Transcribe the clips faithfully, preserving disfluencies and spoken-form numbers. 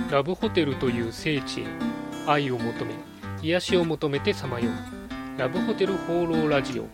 ラブホテルという聖地へ愛を求め癒しを求めてさまようラブホテル放浪ラジオ。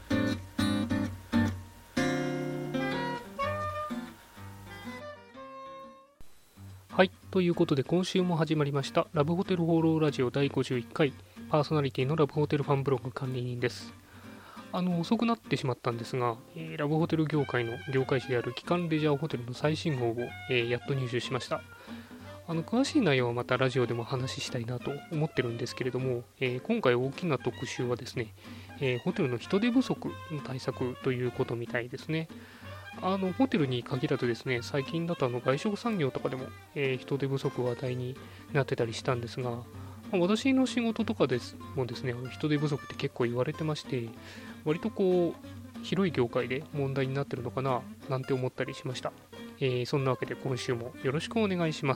はい、ということで今週も始まりましたラブホテル放浪ラジオだいごじゅういっかい、パーソナリティのラブホテルファンブログ管理人です。あの遅くなってしまったんですが、えーラブホテル業界の業界誌である基幹レジャーホテルの最新号を、えーやっと入手しました。あの詳しい内容はまたラジオでも話したいなと思ってるんですけれども、えー今回大きな特集はですね、えーホテルの人手不足の対策ということみたいですね。あのホテルに限らずですね、最近だとあの外食産業とかでも、えー人手不足が話題になってたりしたんですが、まあ私の仕事とかですもですね、あの人手不足って結構言われてまして、割とこう広い業界で問題になってるのかななんて思ったりしました。えーそんなわけで今週もよろしくお願いします。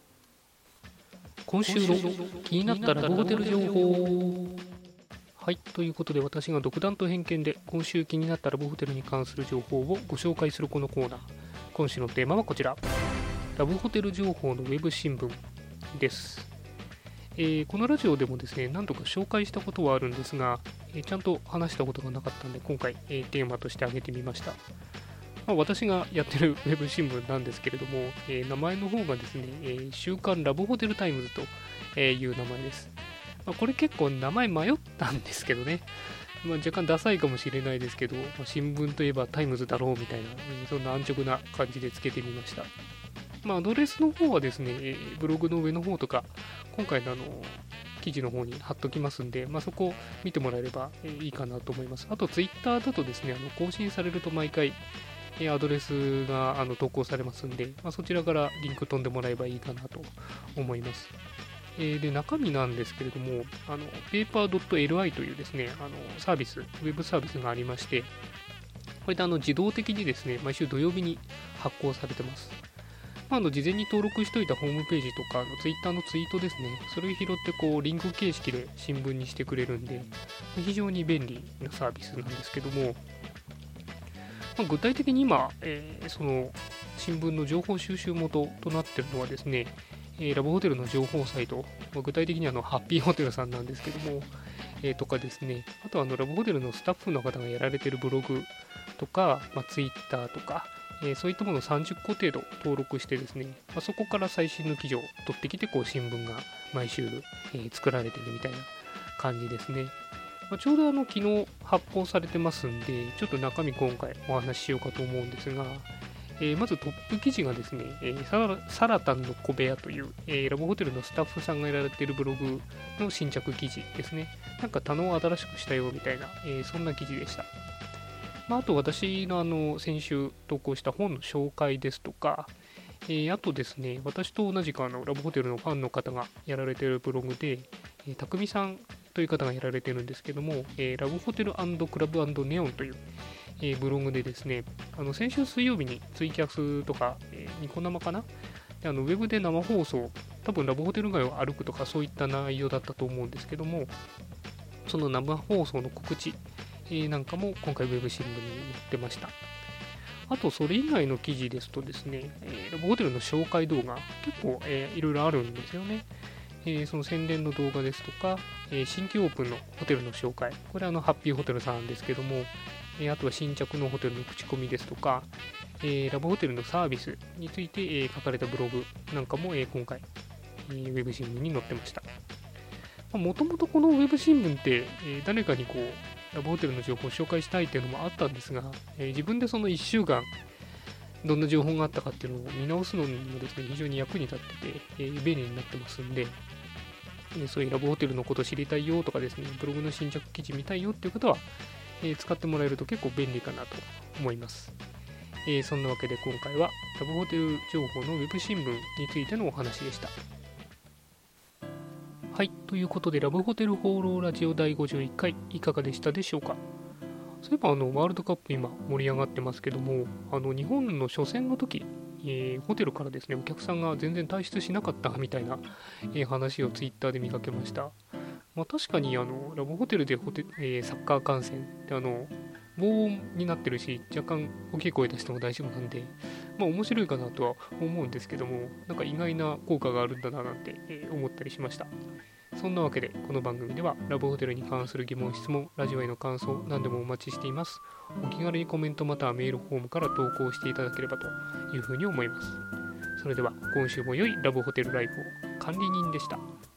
今週の気になったラブホテル情報。はい、ということで私が独断と偏見で今週気になったラブホテルに関する情報をご紹介するこのコーナー。今週のテーマはこちら、ラブホテル情報のウェブ新聞です。えーこのラジオでもですね何度か紹介したことはあるんですが、えーちゃんと話したことがなかったので今回、えーテーマとして挙げてみました。まあ、私がやってるウェブ新聞なんですけれども、えー名前の方がですね、えー週刊ラブホテルタイムズとえーいう名前です。まあ、これ結構名前迷ったんですけどね、まあ、若干ダサいかもしれないですけど、まあ、新聞といえばタイムズだろうみたいな、えーそんな安直な感じでつけてみました。まあ、アドレスの方はですね、えーブログの上の方とか、今回のあの記事の方に貼っときますんで、まあ、そこを見てもらえればえーいいかなと思います。あと、ツイッターだとですね、あの更新されると毎回、えーアドレスがあの投稿されますんで、まあ、そちらからリンク飛んでもらえばいいかなと思います。えーで、中身なんですけれども、あの ペーパードットエルアイ というですね、あのサービス、ウェブサービスがありまして、これであの自動的にですね、毎週土曜日に発行されてます。まあ、あの事前に登録しておいたホームページとか、あの Twitter のツイートですね、それを拾ってこうリンク形式で新聞にしてくれるんで、非常に便利なサービスなんですけども、まあ、具体的に今、えーその新聞の情報収集元となっているのはですね、えーラブホテルの情報サイト、まあ具体的にはあのハッピーホテルさんなんですけども、えーとかですね、あとはあのラブホテルのスタッフの方がやられているブログとか、まあ、ツイッターとか、えーそういったものをさんじゅっこ程度登録してですね、まあ、そこから最新の記事を取ってきてこう新聞が毎週、えー作られているみたいな感じですね。まあ、ちょうどあの昨日発行されてますんで、ちょっと中身今回お話ししようかと思うんですが、えーまずトップ記事がですね、えーサラサラタンの小部屋という、えーラブホテルのスタッフさんがやられているブログの新着記事ですね。なんか棚を新しくしたよみたいな、えーそんな記事でした。まあ、あと私のあの先週投稿した本の紹介ですとか、えーあとですね、私と同じくあのラブホテルのファンの方がやられているブログで、えー、たくみさんという方がやられているんですけども、えーラブホテルクラブ&ネオンという、えーブログでですね、あの先週水曜日にツイキャスとか、えーニコ生かなであのウェブで生放送、多分ラブホテル街を歩くとかそういった内容だったと思うんですけども、その生放送の告知、えーなんかも今回ウェブ新聞に載ってました。あと、それ以外の記事ですとですね、えーラブホテルの紹介動画、結構、えーいろいろあるんですよね。えーその宣伝の動画ですとか、えー新規オープンのホテルの紹介、これはあのハッピーホテルさんですけども、えーあとは新着のホテルの口コミですとか、えーラブホテルのサービスについて、えー書かれたブログなんかも、えー今回、えーウェブ新聞に載ってました。もともとこのウェブ新聞って、えー誰かにこう、ラブホテルの情報を紹介したいっていうのもあったんですが、えー自分でそのいっしゅうかん、どんな情報があったかっていうのを見直すのにもですね、非常に役に立ってて、えー便利になってますんで、えーそういうラブホテルのこと知りたいよとかですね、ブログの新着記事見たいよっていう方は、えー使ってもらえると結構便利かなと思います。えーそんなわけで今回はラブホテル情報のウェブ新聞についてのお話でした。はい、ということでラブホテル放浪ラジオだいごじゅういっかいいかがでしたでしょうか。そういえばあのワールドカップ今盛り上がってますけども、あの日本の初戦の時、えーホテルからですねお客さんが全然退出しなかったみたいな、えー話をツイッターで見かけました。まあ、確かにあのラブホテルでホテ、えーサッカー観戦ってあの防音になってるし、若干大きい声出しても大丈夫なんで、まあ面白いかなとは思うんですけども、なんか意外な効果があるんだななんて、えー思ったりしました。そんなわけで、この番組ではラブホテルに関する疑問、質問、ラジオへの感想、何でもお待ちしています。お気軽にコメントまたはメールフォームから投稿していただければというふうに思います。それでは今週も良いラブホテルライフを。管理人でした。